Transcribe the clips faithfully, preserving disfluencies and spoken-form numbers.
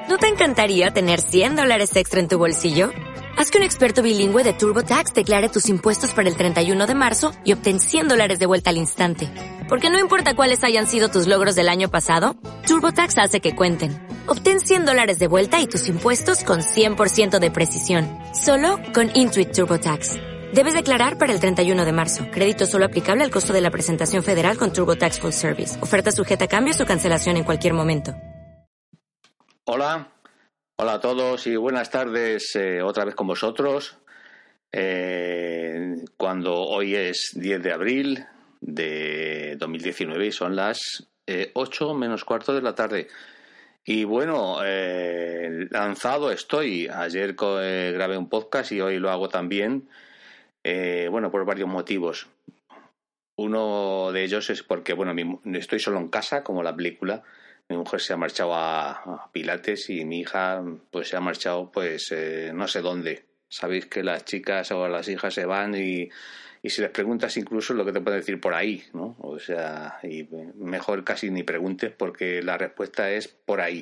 ¿No te encantaría tener cien dólares extra en tu bolsillo? Haz que un experto bilingüe de TurboTax declare tus impuestos para el treinta y uno de marzo y obtén cien dólares de vuelta al instante. Porque no importa cuáles hayan sido tus logros del año pasado, TurboTax hace que cuenten. Obtén cien dólares de vuelta y tus impuestos con cien por ciento de precisión. Solo con Intuit TurboTax. Debes declarar para el treinta y uno de marzo. Crédito solo aplicable al costo de la presentación federal con TurboTax Full Service. Oferta sujeta a cambios o cancelación en cualquier momento. Hola, hola a todos y buenas tardes eh, otra vez con vosotros. Eh, cuando hoy es diez de abril de dos mil diecinueve y son las eh, ocho menos cuarto de la tarde. Y bueno, eh, lanzado estoy. Ayer eh, grabé un podcast y hoy lo hago también. Eh, bueno, por varios motivos. Uno de ellos es porque, bueno, mi, estoy solo en casa, como la película. Mi mujer se ha marchado a, a Pilates y mi hija pues se ha marchado pues eh, no sé dónde. Sabéis que las chicas o las hijas se van y, y si les preguntas incluso lo que te pueden decir por ahí, ¿no? O sea, y mejor casi ni preguntes porque la respuesta es por ahí.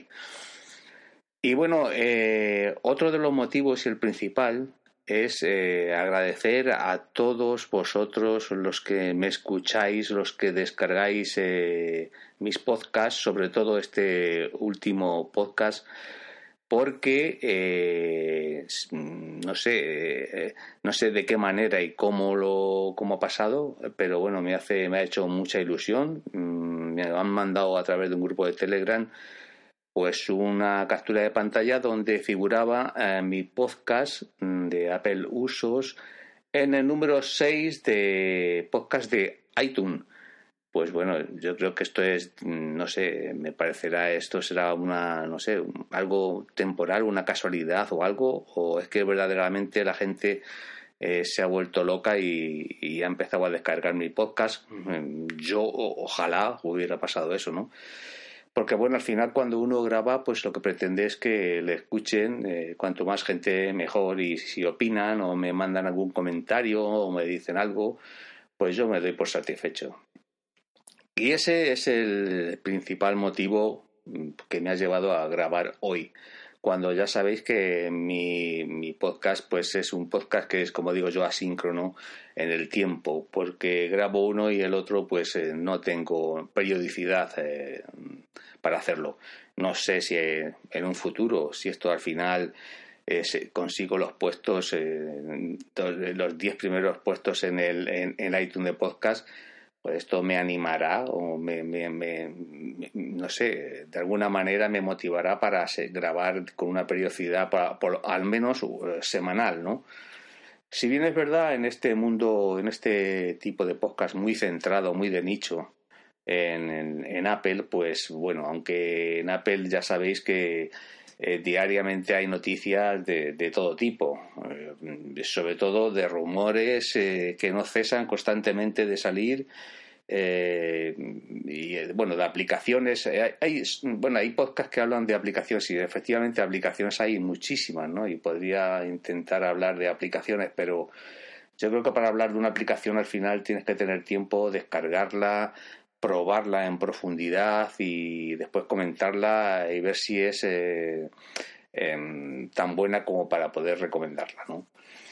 Y bueno, eh, otro de los motivos y el principal es eh, agradecer a todos vosotros los que me escucháis, los que descargáis eh, mis podcasts, sobre todo este último podcast, porque eh, no sé, eh, no sé de qué manera y cómo lo cómo ha pasado, pero bueno, me hace me ha hecho mucha ilusión. Me han mandado a través de un grupo de Telegram pues una captura de pantalla donde figuraba eh, mi podcast de Apple Usos en el número seis de podcast de iTunes. Pues bueno, yo creo que esto es, no sé, me parecerá, esto será una, no sé, algo temporal, una casualidad o algo, o es que verdaderamente la gente eh, se ha vuelto loca y, y ha empezado a descargar mi podcast. Yo ojalá hubiera pasado eso, ¿no? Porque bueno, al final cuando uno graba, pues lo que pretende es que le escuchen, eh, cuanto más gente mejor, y si opinan o me mandan algún comentario o me dicen algo, pues yo me doy por satisfecho. Y ese es el principal motivo que me ha llevado a grabar hoy, cuando ya sabéis que mi, mi podcast pues es un podcast que es, como digo yo, asíncrono en el tiempo, porque grabo uno y el otro pues eh, no tengo periodicidad eh, para hacerlo. No sé si eh, en un futuro, si esto al final eh, consigo los puestos, eh, los diez primeros puestos en el en, en iTunes de podcast, pues esto me animará o me, me, me, me no sé, de alguna manera me motivará para grabar con una periodicidad para, por, al menos uh, semanal, ¿no? Si bien es verdad, en este mundo, en este tipo de podcast muy centrado, muy de nicho en, en, en Apple, pues bueno, aunque en Apple ya sabéis que Eh, diariamente hay noticias de, de todo tipo, eh, sobre todo de rumores eh, que no cesan constantemente de salir, eh, y bueno, de aplicaciones. Hay, hay, bueno, hay podcasts que hablan de aplicaciones y efectivamente aplicaciones hay muchísimas, ¿no? Y podría intentar hablar de aplicaciones, pero yo creo que para hablar de una aplicación al final tienes que tener tiempo, descargarla, probarla en profundidad y después comentarla y ver si es eh, eh, tan buena como para poder recomendarla, ¿no?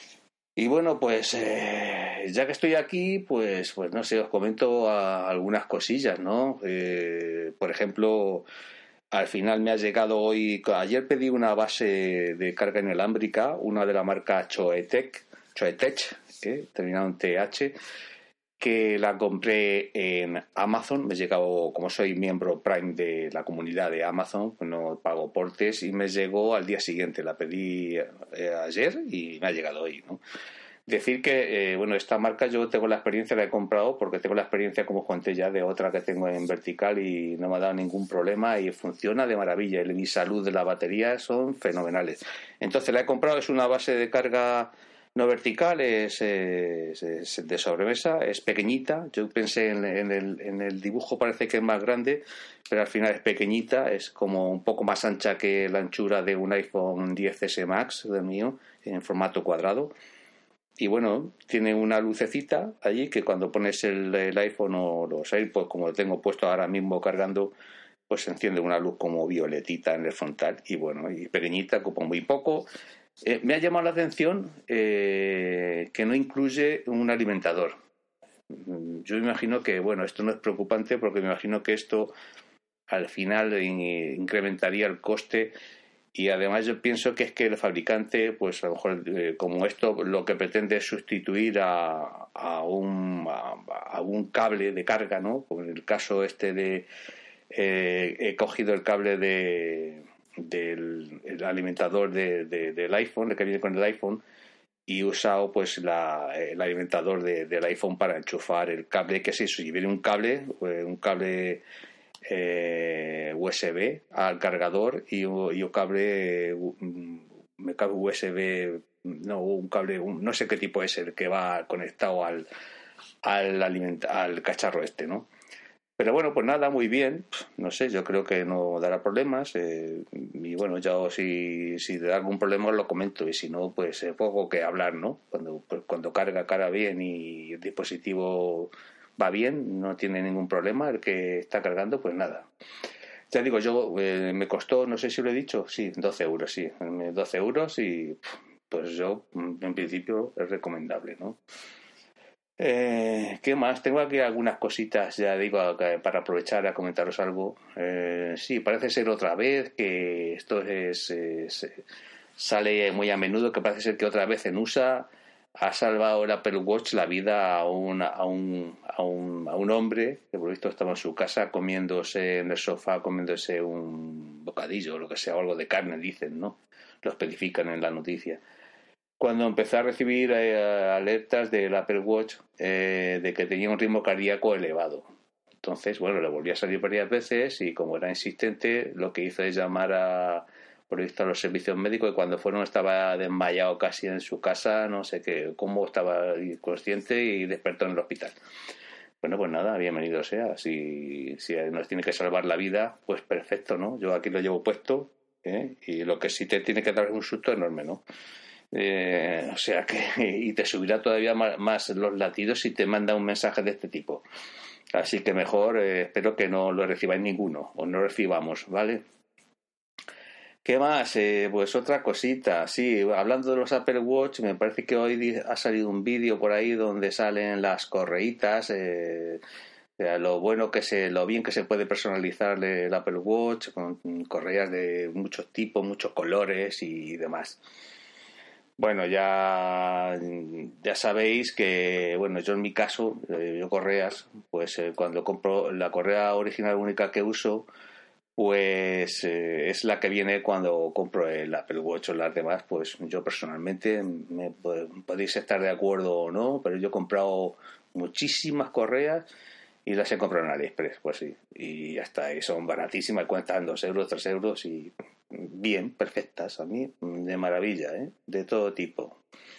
Y bueno, pues eh, ya que estoy aquí, pues pues no sé, os comento a, algunas cosillas, ¿no? Eh, por ejemplo, al final me ha llegado hoy, ayer pedí una base de carga inalámbrica, una de la marca Choetech, Choetech, ¿eh? terminado en T H, que la compré en Amazon. Me he llegado, como soy miembro Prime de la comunidad de Amazon, no pago portes, y me llegó al día siguiente. La pedí eh, ayer y me ha llegado hoy, ¿no? Decir que, eh, bueno, esta marca yo tengo la experiencia, la he comprado porque tengo la experiencia, como os conté ya, de otra que tengo en vertical y no me ha dado ningún problema y funciona de maravilla. Y mi salud de la batería son fenomenales. Entonces la he comprado, es una base de carga no vertical, es, es, es de sobremesa, es pequeñita. Yo pensé en, en, el, en el dibujo, parece que es más grande, pero al final es pequeñita, es como un poco más ancha que la anchura de un iPhone X S Max del mío, en formato cuadrado. Y bueno, tiene una lucecita allí que cuando pones el, el iPhone o los AirPods, como lo tengo puesto ahora mismo cargando, pues se enciende una luz como violetita en el frontal y bueno, y pequeñita, ocupa muy poco. Eh, me ha llamado la atención eh, que no incluye un alimentador. Yo imagino que, bueno, esto no es preocupante porque me imagino que esto al final in- incrementaría el coste. Y además yo pienso que es que el fabricante, pues a lo mejor eh, como esto lo que pretende es sustituir a, a, un, a, a un cable de carga, ¿no? Como en el caso este de... Eh, he cogido el cable de, del el alimentador de, de, del iPhone, el que viene con el iPhone, y he usado pues la, el alimentador de, del iPhone para enchufar el cable, que es eso, si viene un cable, un cable... Eh, U S B al cargador y un cable me cabe U S B, no un cable un, no sé qué tipo es el que va conectado al al, aliment, al cacharro este, ¿no? Pero bueno, pues nada, muy bien, no sé, yo creo que no dará problemas eh, y bueno, ya si, si da algún problema os lo comento y si no, pues es poco que hablar, ¿no? Cuando, pues, cuando carga, carga bien y el dispositivo va bien, no tiene ningún problema el que está cargando, pues nada. Ya digo, yo eh, me costó, no sé si lo he dicho, sí, doce euros, sí, doce euros y pues yo en principio es recomendable, ¿no? Eh, ¿Qué más? Tengo aquí algunas cositas, ya digo, para aprovechar a comentaros algo. Eh, sí, parece ser otra vez que esto es, es, sale muy a menudo, que parece ser que otra vez en U S A ha salvado el Apple Watch la vida a un, a un, a un, a un hombre que por lo visto estaba en su casa comiéndose en el sofá, comiéndose un bocadillo o lo que sea, o algo de carne, dicen, ¿no? Lo especifican en la noticia. Cuando empecé a recibir eh, alertas del Apple Watch eh, de que tenía un ritmo cardíaco elevado. Entonces, bueno, le volví a salir varias veces y como era insistente, lo que hizo es llamar a, por visto, a los servicios médicos y cuando fueron estaba desmayado casi en su casa, no sé qué, cómo estaba inconsciente y despertó en el hospital. Bueno, pues nada, bienvenido sea. Si, si nos tiene que salvar la vida, pues perfecto, ¿no? Yo aquí lo llevo puesto, ¿eh? Y lo que sí te tiene que dar es un susto enorme, ¿no? Eh, o sea que y te subirá todavía más, más los latidos si te manda un mensaje de este tipo, así que mejor eh, espero que no lo recibáis ninguno o no lo recibamos, ¿vale? ¿Qué más? Eh, pues otra cosita, sí, hablando de los Apple Watch, me parece que hoy ha salido un vídeo por ahí donde salen las correitas, eh, o sea, lo bueno que se, lo bien que se puede personalizar el Apple Watch con correas de muchos tipos, muchos colores y demás. Bueno, ya, ya sabéis que, bueno, yo en mi caso, eh, yo correas, pues eh, cuando compro la correa original única que uso, pues eh, es la que viene cuando compro el Apple Watch o las demás, pues yo personalmente, me, podéis estar de acuerdo o no, pero yo he comprado muchísimas correas y las he comprado en AliExpress, pues sí, y ya está, y son baratísimas, cuestan dos euros, tres euros y bien, perfectas, a mí de maravilla, ¿eh? De todo tipo.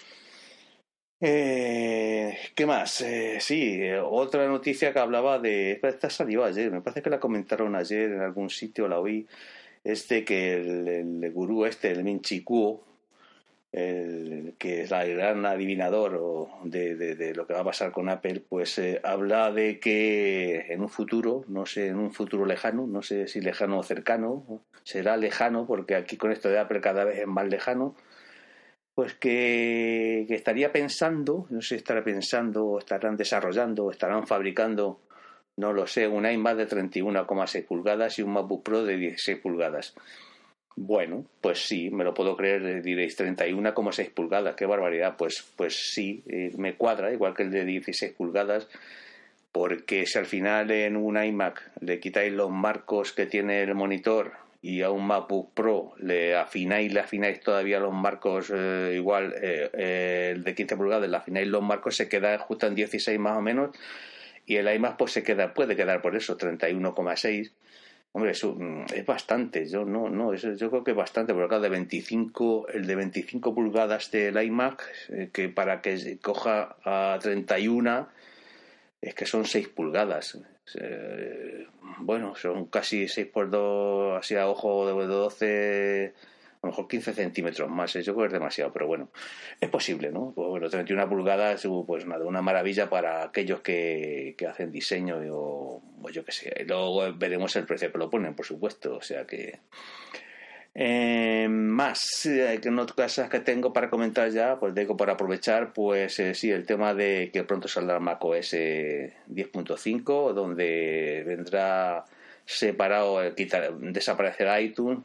Eh, ¿Qué más? Eh, sí, eh, otra noticia que hablaba de... Esta salió ayer, me parece que la comentaron ayer en algún sitio, la oí, es de que el, el gurú este, el Min-Chi Kuo, el, que es el gran adivinador de, de, de lo que va a pasar con Apple, pues eh, habla de que en un futuro, no sé, en un futuro lejano, no sé si lejano o cercano, será lejano porque aquí con esto de Apple cada vez es más lejano, pues que, que estaría pensando, no sé si estará pensando o estarán desarrollando o estarán fabricando, no lo sé, un iMac de treinta y uno coma seis pulgadas y un MacBook Pro de dieciséis pulgadas. Bueno, pues sí, me lo puedo creer, diréis treinta y uno coma seis pulgadas, qué barbaridad, pues, pues sí, eh, me cuadra, igual que el de dieciséis pulgadas, porque si al final en un iMac le quitáis los marcos que tiene el monitor y a un MacBook Pro le afináis, le afináis todavía los marcos, eh, igual eh, eh, el de quince pulgadas, le afináis los marcos, se queda justo en dieciséis más o menos, y el iMac pues se queda, puede quedar por eso, treinta y uno coma seis. Hombre, eso es bastante, yo no, no, eso yo creo que es bastante, porque claro, de veinticinco, el de veinticinco pulgadas del iMac, eh, que para que coja a treinta y uno, es que son seis pulgadas. Eh, bueno, son casi seis por dos, así a ojo de doce, lo mejor quince centímetros más, ¿eh? Yo creo que es demasiado, pero bueno, es posible, ¿no? Pues bueno, treinta y una pulgadas, pues nada, una maravilla para aquellos que, que hacen diseño o, o yo qué sé. Y luego veremos el precio que lo ponen, por supuesto, o sea que... Eh, más eh, que otras cosas que tengo para comentar ya, pues digo por aprovechar, pues eh, sí, el tema de que pronto saldrá macOS diez punto cinco, donde vendrá separado, eh, quitar, desaparecerá iTunes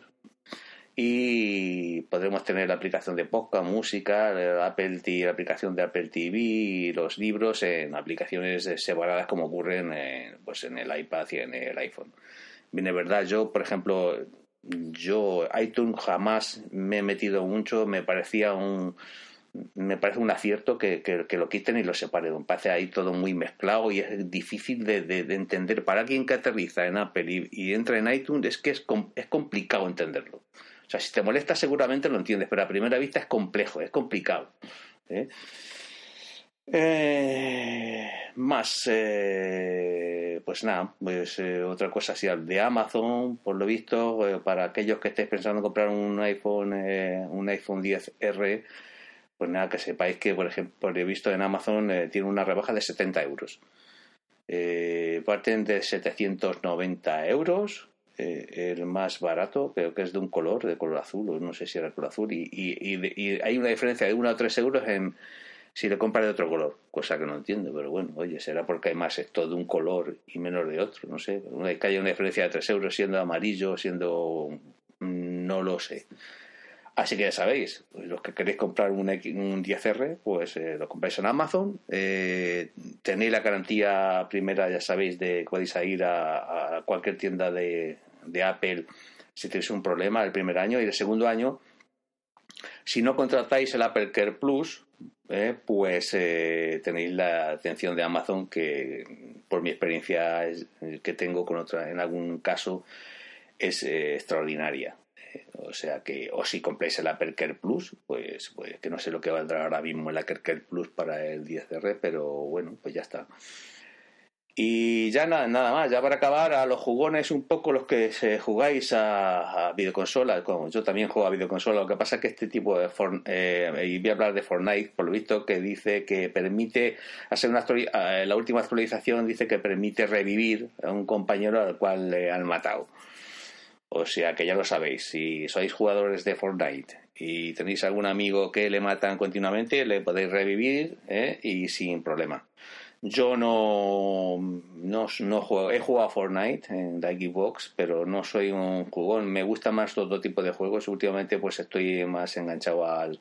y podremos tener la aplicación de podcast, música, la Apple T V, la aplicación de Apple T V y los libros en aplicaciones separadas como ocurren en, pues en el iPad y en el iPhone. Bien, de verdad, yo, por ejemplo, yo iTunes jamás me he metido mucho, me parecía un me parece un acierto que, que, que lo quiten y lo separen. Me parece ahí todo muy mezclado y es difícil de, de, de entender. Para alguien que aterriza en Apple y, y entra en iTunes es que es, es complicado entenderlo. O sea, si te molesta seguramente lo entiendes, pero a primera vista es complejo, es complicado, ¿eh? Eh, más eh, pues nada, pues eh, otra cosa así de Amazon, por lo visto, eh, para aquellos que estéis pensando en comprar un iPhone eh, un iPhone diez erre, pues nada, que sepáis que por ejemplo, por lo visto en Amazon eh, tiene una rebaja de setenta euros, eh, parten de setecientos noventa euros, eh, el más barato creo que es de un color, de color azul, o no sé si era el color azul, y, y, y, y hay una diferencia de uno o tres euros en si le compras de otro color, cosa que no entiendo, pero bueno, oye, será porque hay más esto de un color y menos de otro, no sé, que haya una diferencia de tres euros siendo amarillo, siendo... no lo sé. Así que ya sabéis, pues los que queréis comprar un, un diez erre, pues eh, lo compráis en Amazon, eh, tenéis la garantía primera, ya sabéis, de que podéis ir a, a cualquier tienda de, de Apple si tenéis un problema el primer año, y el segundo año, si no contratáis el Apple Care Plus, eh, pues eh, tenéis la atención de Amazon, que por mi experiencia es, que tengo con otra, en algún caso es eh, extraordinaria. Eh, o sea que, o si compráis el Apple Care Plus, pues, pues que no sé lo que valdrá ahora mismo el Apple Care Plus para el diez erre, pero bueno, pues ya está. Y ya nada, nada más, ya para acabar, a los jugones un poco los que se jugáis a, a videoconsolas, como yo también juego a videoconsolas, lo que pasa es que este tipo de Fortnite, eh, y voy a hablar de Fortnite, por lo visto, que dice que permite hacer una actualización, la última actualización dice que permite revivir a un compañero al cual le han matado. O sea que ya lo sabéis, si sois jugadores de Fortnite y tenéis algún amigo que le matan continuamente, le podéis revivir, ¿eh? Y sin problema. Yo no, no, no juego, he jugado a Fortnite en la Xbox, pero no soy un jugón. Me gusta más todo tipo de juegos. Últimamente pues estoy más enganchado al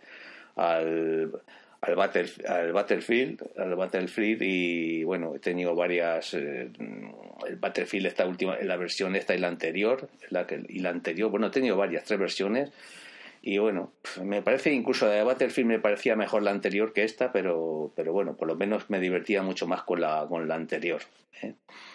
al, al, Battle, al Battlefield, al Battlefield y bueno, he tenido varias. Eh, el Battlefield esta última, la versión esta y la anterior, la que, y la anterior, bueno, he tenido varias, tres versiones. Y bueno, me parece, incluso de Battlefield me parecía mejor la anterior que esta, pero, pero bueno, por lo menos me divertía mucho más con la, con la anterior, ¿eh?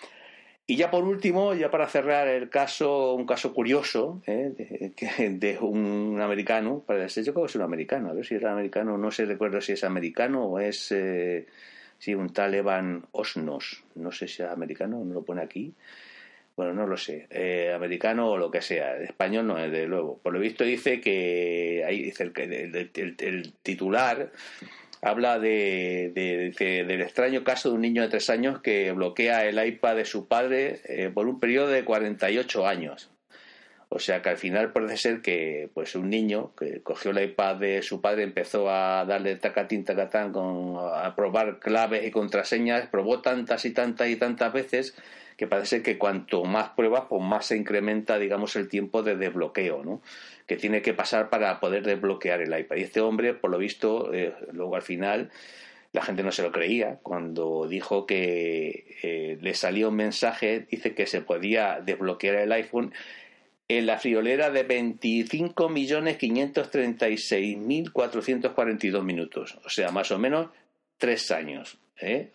Y ya por último, ya para cerrar el caso, un caso curioso, ¿eh? de, de un americano, parece, yo creo que es un americano, a ver si era americano, no sé, recuerdo si es americano o es eh, sí, un tal Evan Osnos, no sé si es americano, no lo pone aquí. Bueno, no lo sé, eh, americano o lo que sea, español no es, de luego. Por lo visto dice que ahí dice el, el, el, el titular habla de, de, de, del extraño caso de un niño de tres años que bloquea el iPad de su padre eh, por un periodo de cuarenta y ocho años. O sea que al final parece ser que pues un niño que cogió el iPad de su padre, empezó a darle tacatín tacatán, con, a probar claves y contraseñas, probó tantas y tantas y tantas veces que parece que cuanto más pruebas, pues más se incrementa, digamos, el tiempo de desbloqueo, ¿no?, que tiene que pasar para poder desbloquear el iPad. Y este hombre, por lo visto, eh, luego al final, la gente no se lo creía cuando dijo que eh, le salió un mensaje, dice que se podía desbloquear el iPhone en la friolera de veinticinco millones quinientos treinta y seis mil cuatrocientos cuarenta y dos minutos. O sea, más o menos tres años, ¿eh?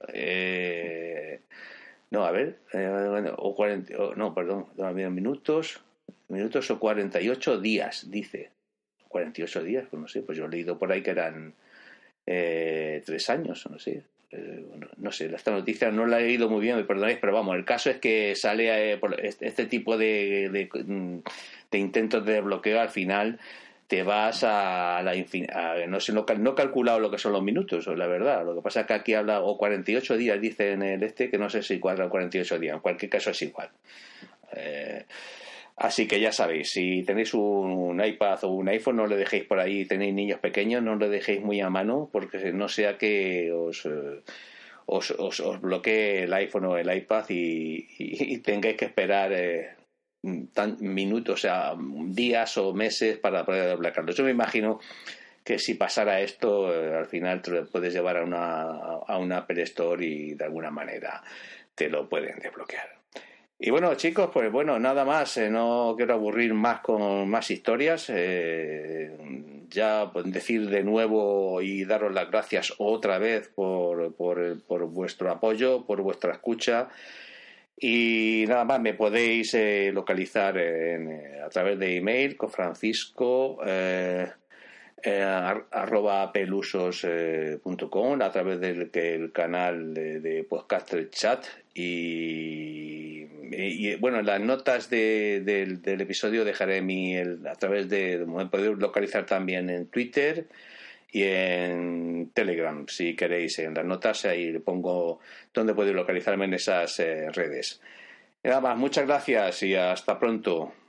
eh No, a ver, eh, o cuarenta, o, no, perdón, minutos, minutos o cuarenta y ocho días, dice. cuarenta y ocho días, pues no sé, pues yo he leído por ahí que eran eh, tres años, no sé. Eh, bueno, no sé, esta noticia no la he leído muy bien, me perdonéis, pero vamos, el caso es que sale eh, por este, este tipo de, de, de intentos de desbloqueo al final te vas a la infinidad. No sé, no, no he calculado lo que son los minutos, la verdad. Lo que pasa es que aquí habla, o cuarenta y ocho días, dice en el este, que no sé si cuadra cuarenta y ocho días. En cualquier caso es igual. Eh, así que ya sabéis, si tenéis un, un iPad o un iPhone, no le dejéis por ahí, tenéis niños pequeños, no le dejéis muy a mano, porque no sea que os... Eh, Os, os, os bloquee el iPhone o el iPad y, y, y tengáis que esperar eh, tan, minutos, o sea, días o meses para poder desbloquearlo. Yo me imagino que si pasara esto, eh, al final te lo puedes llevar a una, a una Apple Store y de alguna manera te lo pueden desbloquear. Y bueno, chicos, pues bueno, nada más, eh, no quiero aburrir más con más historias. Eh, ya decir de nuevo y daros las gracias otra vez por, por, por vuestro apoyo, por vuestra escucha. Y nada más, me podéis eh, localizar en, a través de email con Francisco. Eh, Eh, arroba pelusos punto com, a través del que el canal de, de podcast el chat y, y bueno, en las notas de, de, del episodio dejaré mi el, a través de me podéis localizar también en Twitter y en Telegram si queréis. En las notas ahí le pongo donde podéis localizarme en esas eh, redes. Nada más, muchas gracias y hasta pronto.